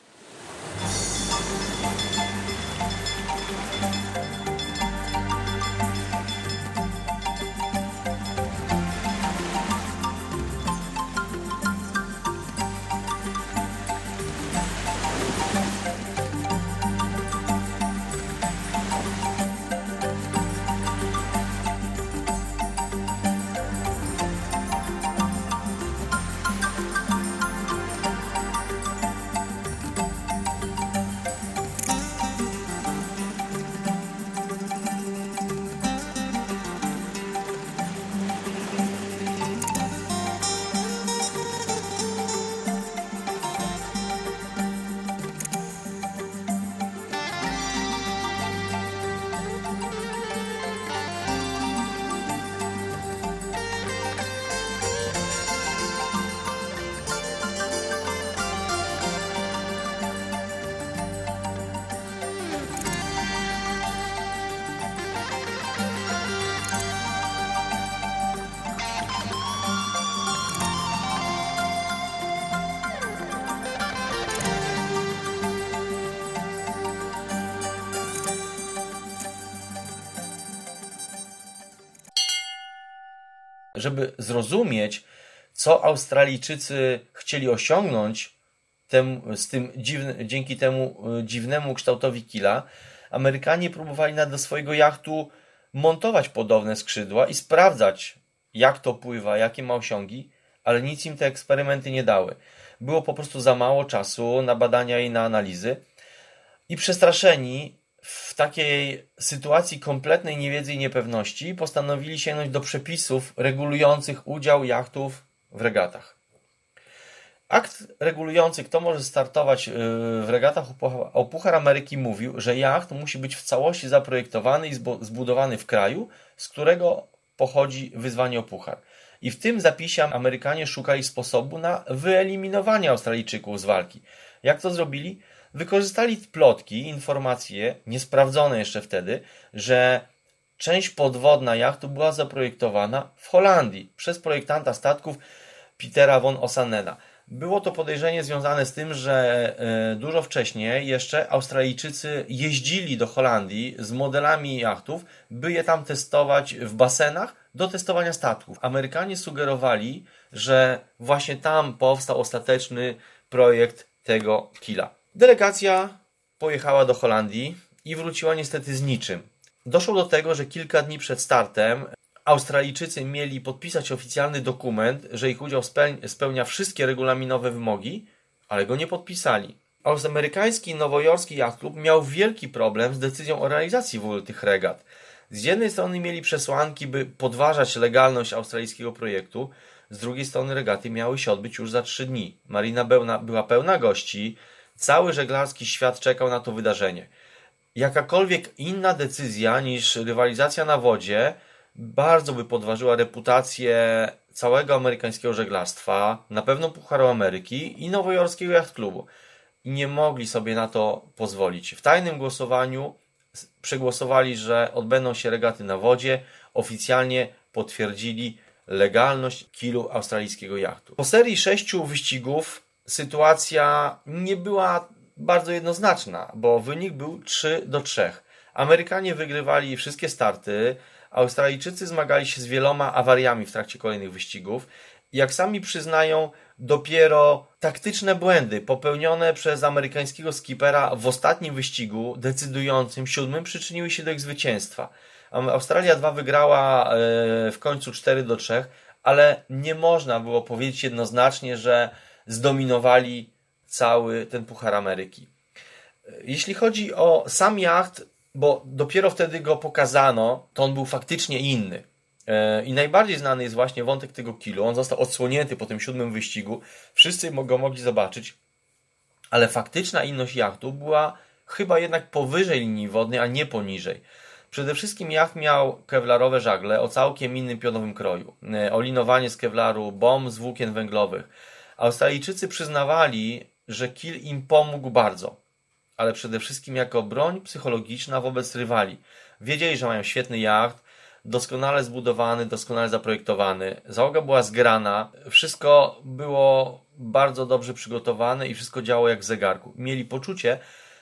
Żeby zrozumieć, co Australijczycy chcieli osiągnąć tem, z tym dziwny, dzięki temu dziwnemu kształtowi kila, Amerykanie próbowali do swojego jachtu montować podobne skrzydła i sprawdzać, jak to pływa, jakie ma osiągi, ale nic im te eksperymenty nie dały. Było po prostu za mało czasu na badania i na analizy i przestraszeni w takiej sytuacji kompletnej niewiedzy i niepewności postanowili sięgnąć do przepisów regulujących udział jachtów w regatach. Akt regulujący, kto może startować w regatach o Puchar Ameryki, mówił, że jacht musi być w całości zaprojektowany i zbudowany w kraju, z którego pochodzi wyzwanie o Puchar. I w tym zapisie Amerykanie szukali sposobu na wyeliminowanie Australijczyków z walki. Jak to zrobili? Wykorzystali plotki, informacje, niesprawdzone jeszcze wtedy, że część podwodna jachtu była zaprojektowana w Holandii przez projektanta statków Petera von Osanena. Było to podejrzenie związane z tym, że dużo wcześniej jeszcze Australijczycy jeździli do Holandii z modelami jachtów, by je tam testować w basenach do testowania statków. Amerykanie sugerowali, że właśnie tam powstał ostateczny projekt tego kila. Delegacja pojechała do Holandii i wróciła niestety z niczym. Doszło do tego, że kilka dni przed startem Australijczycy mieli podpisać oficjalny dokument, że ich udział spełnia wszystkie regulaminowe wymogi, ale go nie podpisali. Amerykański nowojorski Yacht Club miał wielki problem z decyzją o realizacji w ogóle tych regat. Z jednej strony mieli przesłanki, by podważać legalność australijskiego projektu, z drugiej strony regaty miały się odbyć już za trzy dni. Marina pełna, była pełna gości, cały żeglarski świat czekał na to wydarzenie. Jakakolwiek inna decyzja niż rywalizacja na wodzie bardzo by podważyła reputację całego amerykańskiego żeglarstwa, na pewno Pucharu Ameryki i nowojorskiego Yacht Clubu. I nie mogli sobie na to pozwolić. W tajnym głosowaniu przegłosowali, że odbędą się regaty na wodzie. Oficjalnie potwierdzili legalność kilu australijskiego jachtu. Po serii sześciu wyścigów sytuacja nie była bardzo jednoznaczna, bo wynik był trzy do trzech. Amerykanie wygrywali wszystkie starty, Australijczycy zmagali się z wieloma awariami w trakcie kolejnych wyścigów. Jak sami przyznają, dopiero taktyczne błędy popełnione przez amerykańskiego skipera w ostatnim wyścigu, decydującym, siódmym, przyczyniły się do ich zwycięstwa. Australia dwa wygrała w końcu cztery do trzech, ale nie można było powiedzieć jednoznacznie, że zdominowali cały ten Puchar Ameryki. Jeśli chodzi o sam jacht, bo dopiero wtedy go pokazano, to on był faktycznie inny. I najbardziej znany jest właśnie wątek tego kilu. On został odsłonięty po tym siódmym wyścigu. Wszyscy go mogli zobaczyć, ale faktyczna inność jachtu była chyba jednak powyżej linii wodnej, a nie poniżej. Przede wszystkim jacht miał kewlarowe żagle o całkiem innym pionowym kroju. Olinowanie z kewlaru, bomb z włókien węglowych. Australijczycy przyznawali, że kil im pomógł bardzo, ale przede wszystkim jako broń psychologiczna wobec rywali. Wiedzieli, że mają świetny jacht, doskonale zbudowany, doskonale zaprojektowany. Załoga była zgrana, wszystko było bardzo dobrze przygotowane i wszystko działało jak w zegarku. Mieli poczucie,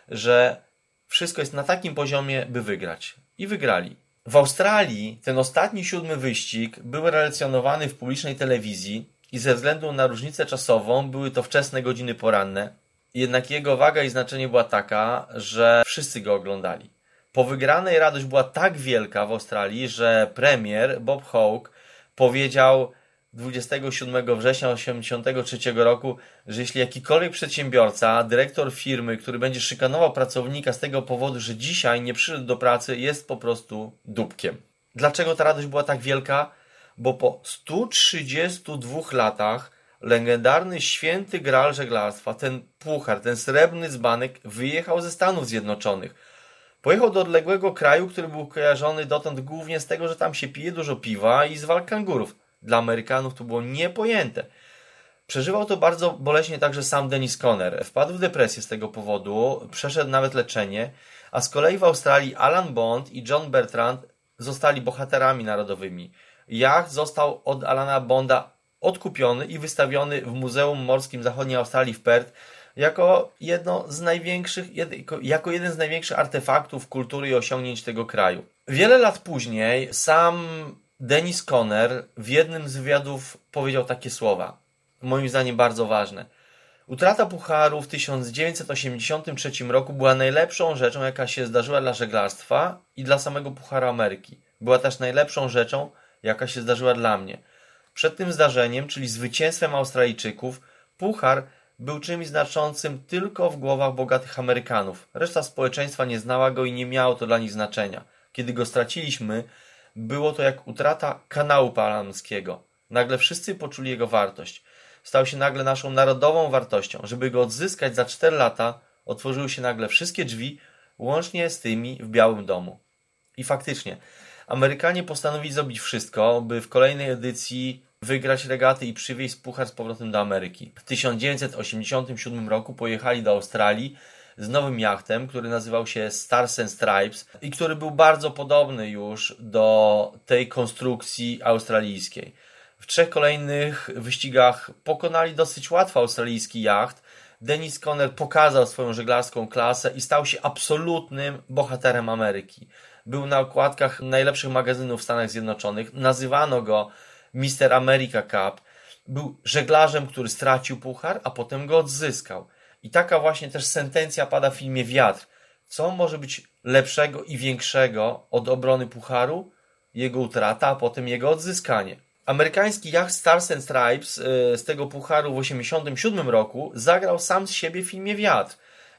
że wszystko jest na takim poziomie, by wygrać. I wygrali. W Australii ten ostatni siódmy wyścig był relacjonowany w publicznej telewizji i ze względu na różnicę czasową były to wczesne godziny poranne. Jednak jego waga i znaczenie była taka, że wszyscy go oglądali. Po wygranej radość była tak wielka w Australii, że premier Bob Hawke powiedział dwudziestego siódmego września tysiąc dziewięćset osiemdziesiątego trzeciego roku, że jeśli jakikolwiek przedsiębiorca, dyrektor firmy, który będzie szykanował pracownika z tego powodu, że dzisiaj nie przyszedł do pracy, jest po prostu dupkiem. Dlaczego ta radość była tak wielka? Bo po stu trzydziestu dwóch latach legendarny święty graal żeglarstwa, ten puchar, ten srebrny dzbanek wyjechał ze Stanów Zjednoczonych. Pojechał do odległego kraju, który był kojarzony dotąd głównie z tego, że tam się pije dużo piwa i z walk kangurów. Dla Amerykanów to było niepojęte. Przeżywał to bardzo boleśnie także sam Dennis Conner. Wpadł w depresję z tego powodu, przeszedł nawet leczenie, a z kolei w Australii Alan Bond i John Bertrand zostali bohaterami narodowymi. Jacht został od Alana Bonda odkupiony i wystawiony w Muzeum Morskim Zachodniej Australii w Perth jako jedno z największych, jako jeden z największych artefaktów kultury i osiągnięć tego kraju. Wiele lat później sam Dennis Conner w jednym z wywiadów powiedział takie słowa, moim zdaniem bardzo ważne. Utrata pucharu w tysiąc dziewięćset osiemdziesiątym trzecim roku była najlepszą rzeczą, jaka się zdarzyła dla żeglarstwa i dla samego Pucharu Ameryki. Była też najlepszą rzeczą, jaka się zdarzyła dla mnie. Przed tym zdarzeniem, czyli zwycięstwem Australijczyków, puchar był czymś znaczącym tylko w głowach bogatych Amerykanów. Reszta społeczeństwa nie znała go i nie miało to dla nich znaczenia. Kiedy go straciliśmy, było to jak utrata kanału panamskiego. Nagle wszyscy poczuli jego wartość. Stał się nagle naszą narodową wartością. Żeby go odzyskać za cztery lata, otworzyły się nagle wszystkie drzwi, łącznie z tymi w Białym Domu. I faktycznie, Amerykanie postanowili zrobić wszystko, by w kolejnej edycji wygrać regaty i przywieźć puchar z powrotem do Ameryki. W tysiąc dziewięćset osiemdziesiątym siódmym roku pojechali do Australii z nowym jachtem, który nazywał się Stars and Stripes i który był bardzo podobny już do tej konstrukcji australijskiej. W trzech kolejnych wyścigach pokonali dosyć łatwo australijski jacht. Dennis Conner pokazał swoją żeglarską klasę i stał się absolutnym bohaterem Ameryki. Był na okładkach najlepszych magazynów w Stanach Zjednoczonych. Nazywano go mister America Cup. Był żeglarzem, który stracił puchar, a potem go odzyskał. I taka właśnie też sentencja pada w filmie Wiatr. Co może być lepszego i większego od obrony pucharu? Jego utrata, a potem jego odzyskanie. Amerykański jacht Stars and Stripes z tego pucharu w osiemdziesiątym siódmym roku zagrał sam z siebie w filmie Wiatr.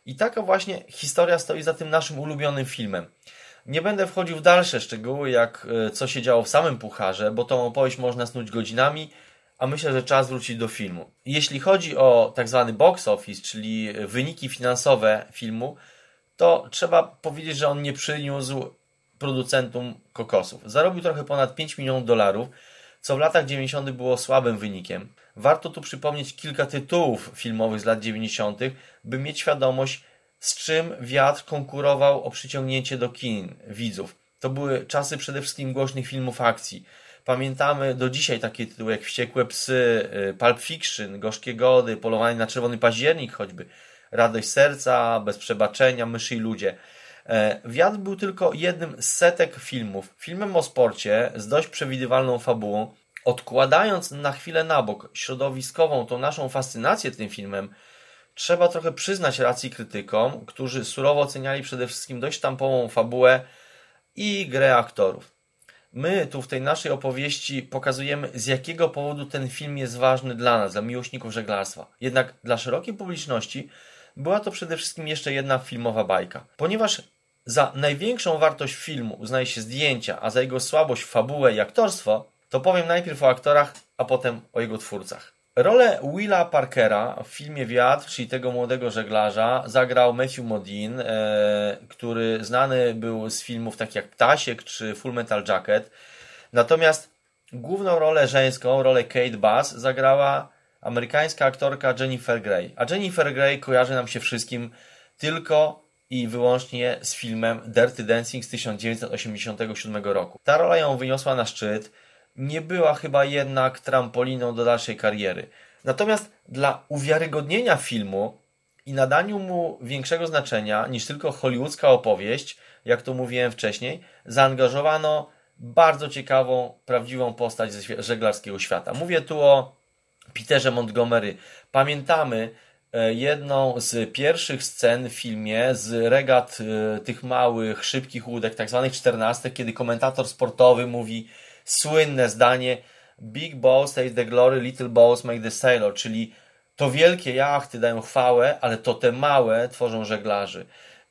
I taka właśnie historia stoi za tym naszym ulubionym filmem. Nie będę wchodził w dalsze szczegóły, jak co się działo w samym Pucharze, bo tą opowieść można snuć godzinami, a myślę, że czas wrócić do filmu. Jeśli chodzi o tak zwany box office, czyli wyniki finansowe filmu, to trzeba powiedzieć, że on nie przyniósł producentom kokosów. Zarobił trochę ponad pięć milionów dolarów, co w latach dziewięćdziesiątych było słabym wynikiem. Warto tu przypomnieć kilka tytułów filmowych z lat dziewięćdziesiątych, by mieć świadomość, z czym Wiatr konkurował o przyciągnięcie do kin widzów. To były czasy przede wszystkim głośnych filmów akcji. Pamiętamy do dzisiaj takie tytuły jak Wściekłe psy, Pulp Fiction, Gorzkie gody, Polowanie na czerwony październik choćby, Radość serca, Bez przebaczenia, Myszy i ludzie. Wiatr był tylko jednym z setek filmów. Filmem o sporcie z dość przewidywalną fabułą. Odkładając na chwilę na bok środowiskową tą naszą fascynację tym filmem, trzeba trochę przyznać racji krytykom, którzy surowo oceniali przede wszystkim dość sztampową fabułę i grę aktorów. My tu w tej naszej opowieści pokazujemy, z jakiego powodu ten film jest ważny dla nas, dla miłośników żeglarstwa. Jednak dla szerokiej publiczności była to przede wszystkim jeszcze jedna filmowa bajka. Ponieważ za największą wartość filmu uznaje się zdjęcia, a za jego słabość fabułę i aktorstwo, to powiem najpierw o aktorach, a potem o jego twórcach. Rolę Willa Parkera w filmie Wiatr, czyli tego młodego żeglarza, zagrał Matthew Modine, e, który znany był z filmów takich jak Ptasiek czy Full Metal Jacket. Natomiast główną rolę żeńską, rolę Kate Bass, zagrała amerykańska aktorka Jennifer Grey. A Jennifer Grey kojarzy nam się wszystkim tylko i wyłącznie z filmem Dirty Dancing z tysiąc dziewięćset osiemdziesiątego siódmego roku. Ta rola ją wyniosła na szczyt. Nie była chyba jednak trampoliną do dalszej kariery. Natomiast dla uwiarygodnienia filmu i nadaniu mu większego znaczenia niż tylko hollywoodzka opowieść, jak to mówiłem wcześniej, zaangażowano bardzo ciekawą, prawdziwą postać ze żeglarskiego świata. Mówię tu o Peterze Montgomery. Pamiętamy jedną z pierwszych scen w filmie z regat tych małych, szybkich łódek, tak zwanych czternastek, kiedy komentator sportowy mówi słynne zdanie Big boats take the glory, little boats make the sailor, czyli to wielkie jachty dają chwałę, ale to te małe tworzą żeglarzy.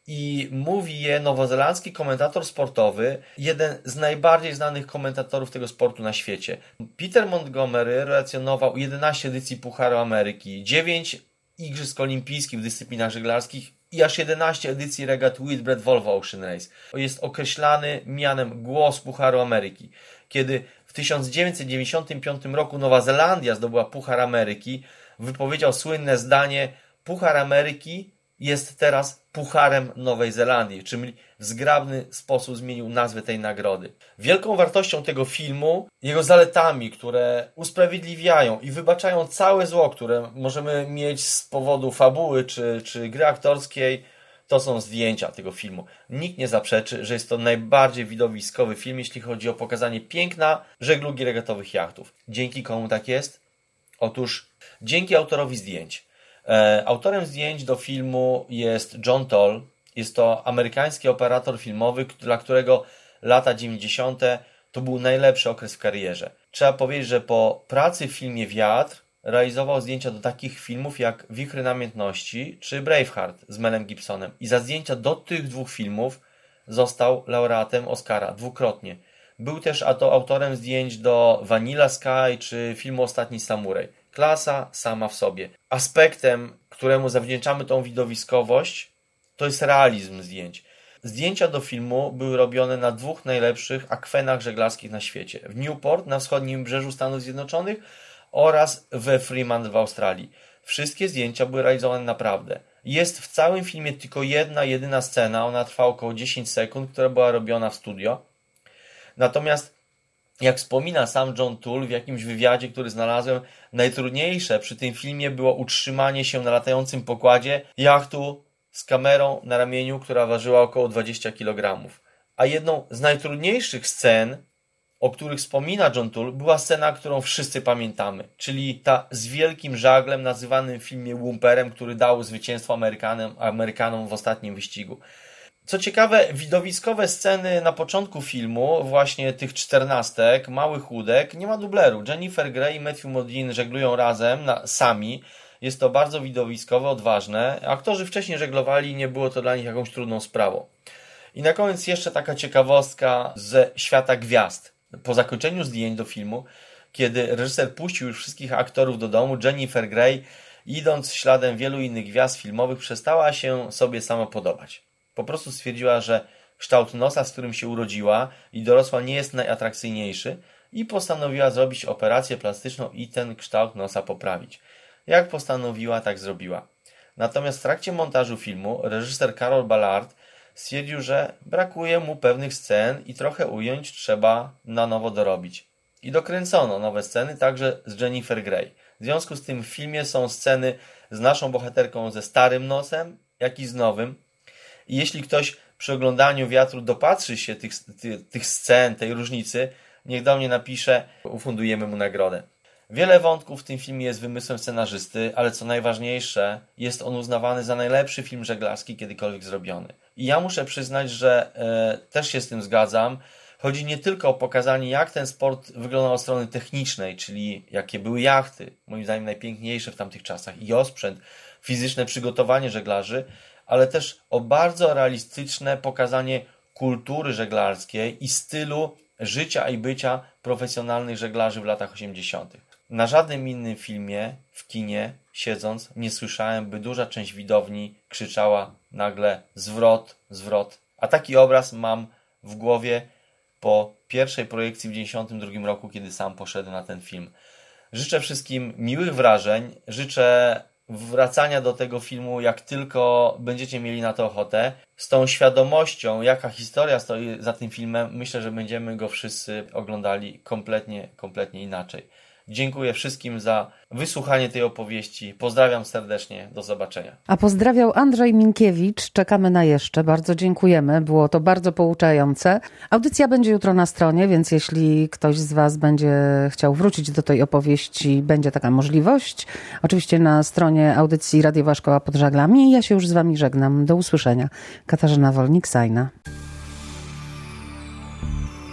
I mówi je nowozelandzki komentator sportowy, jeden z najbardziej znanych komentatorów tego sportu na świecie. Peter Montgomery relacjonował jedenaście edycji Pucharu Ameryki, dziewięć Igrzysk Olimpijskich w dyscyplinach żeglarskich i aż jedenaście edycji regat Whitbread Volvo Ocean Race. Jest określany mianem głos Pucharu Ameryki. Kiedy w tysiąc dziewięćset dziewięćdziesiątym piątym roku Nowa Zelandia zdobyła Puchar Ameryki, wypowiedział słynne zdanie: Puchar Ameryki jest teraz Pucharem Nowej Zelandii, czyli w zgrabny sposób zmienił nazwę tej nagrody. Wielką wartością tego filmu, jego zaletami, które usprawiedliwiają i wybaczają całe zło, które możemy mieć z powodu fabuły czy, czy gry aktorskiej, to są zdjęcia tego filmu. Nikt nie zaprzeczy, że jest to najbardziej widowiskowy film, jeśli chodzi o pokazanie piękna żeglugi regatowych jachtów. Dzięki komu tak jest? Otóż dzięki autorowi zdjęć. E, autorem zdjęć do filmu jest John Toll. Jest to amerykański operator filmowy, dla którego lata dziewięćdziesiąte to był najlepszy okres w karierze. Trzeba powiedzieć, że po pracy w filmie Wiatr realizował zdjęcia do takich filmów jak Wichry Namiętności czy Braveheart z Melem Gibsonem. I za zdjęcia do tych dwóch filmów został laureatem Oscara dwukrotnie. Był też autorem zdjęć do Vanilla Sky czy filmu Ostatni Samuraj. Klasa sama w sobie. Aspektem, któremu zawdzięczamy tą widowiskowość, to jest realizm zdjęć. Zdjęcia do filmu były robione na dwóch najlepszych akwenach żeglarskich na świecie. W Newport na wschodnim wybrzeżu Stanów Zjednoczonych oraz we Fremont w Australii. Wszystkie zdjęcia były realizowane naprawdę. Jest w całym filmie tylko jedna, jedyna scena, ona trwa około dziesięć sekund, która była robiona w studio. Natomiast, jak wspomina sam John Toll w jakimś wywiadzie, który znalazłem, najtrudniejsze przy tym filmie było utrzymanie się na latającym pokładzie jachtu z kamerą na ramieniu, która ważyła około dwadzieścia kilogramów. A jedną z najtrudniejszych scen, o których wspomina John Toll, była scena, którą wszyscy pamiętamy, czyli ta z wielkim żaglem nazywanym w filmie Whomperem, który dał zwycięstwo Amerykanom, Amerykanom w ostatnim wyścigu. Co ciekawe, widowiskowe sceny na początku filmu, właśnie tych czternastek, małych łódek, nie ma dubleru. Jennifer Grey i Matthew Modine żeglują razem, na, sami. Jest to bardzo widowiskowe, odważne. Aktorzy wcześniej żeglowali, nie było to dla nich jakąś trudną sprawą. I na koniec jeszcze taka ciekawostka ze świata gwiazd. Po zakończeniu zdjęć do filmu, kiedy reżyser puścił już wszystkich aktorów do domu, Jennifer Grey, idąc śladem wielu innych gwiazd filmowych, przestała się sobie sama podobać. Po prostu stwierdziła, że kształt nosa, z którym się urodziła i dorosła, nie jest najatrakcyjniejszy i postanowiła zrobić operację plastyczną i ten kształt nosa poprawić. Jak postanowiła, tak zrobiła. Natomiast w trakcie montażu filmu reżyser Carol Ballard stwierdził, że brakuje mu pewnych scen i trochę ująć trzeba na nowo dorobić. I dokręcono nowe sceny także z Jennifer Grey. W związku z tym w filmie są sceny z naszą bohaterką ze starym nosem, jak i z nowym. I jeśli ktoś przy oglądaniu Wiatru dopatrzy się tych, tych, tych scen, tej różnicy, niech do mnie napisze, ufundujemy mu nagrodę. Wiele wątków w tym filmie jest wymysłem scenarzysty, ale co najważniejsze, jest on uznawany za najlepszy film żeglarski kiedykolwiek zrobiony. I ja muszę przyznać, że e, też się z tym zgadzam. Chodzi nie tylko o pokazanie, jak ten sport wyglądał od strony technicznej, czyli jakie były jachty, moim zdaniem najpiękniejsze w tamtych czasach, i osprzęt, fizyczne przygotowanie żeglarzy, ale też o bardzo realistyczne pokazanie kultury żeglarskiej i stylu życia i bycia profesjonalnych żeglarzy w latach osiemdziesiątych. Na żadnym innym filmie w kinie, siedząc, nie słyszałem, by duża część widowni krzyczała nagle zwrot, zwrot. A taki obraz mam w głowie po pierwszej projekcji w dziewięćdziesiątym drugim roku, kiedy sam poszedłem na ten film. Życzę wszystkim miłych wrażeń, życzę wracania do tego filmu, jak tylko będziecie mieli na to ochotę. Z tą świadomością, jaka historia stoi za tym filmem, myślę, że będziemy go wszyscy oglądali kompletnie, kompletnie inaczej. Dziękuję wszystkim za wysłuchanie tej opowieści. Pozdrawiam serdecznie. Do zobaczenia. A pozdrawiał Andrzej Minkiewicz. Czekamy na jeszcze. Bardzo dziękujemy. Było to bardzo pouczające. Audycja będzie jutro na stronie, więc jeśli ktoś z Was będzie chciał wrócić do tej opowieści, będzie taka możliwość. Oczywiście na stronie audycji Radiowa Szkoła pod Żaglami. Ja się już z Wami żegnam. Do usłyszenia. Katarzyna Wolnik-Sajna.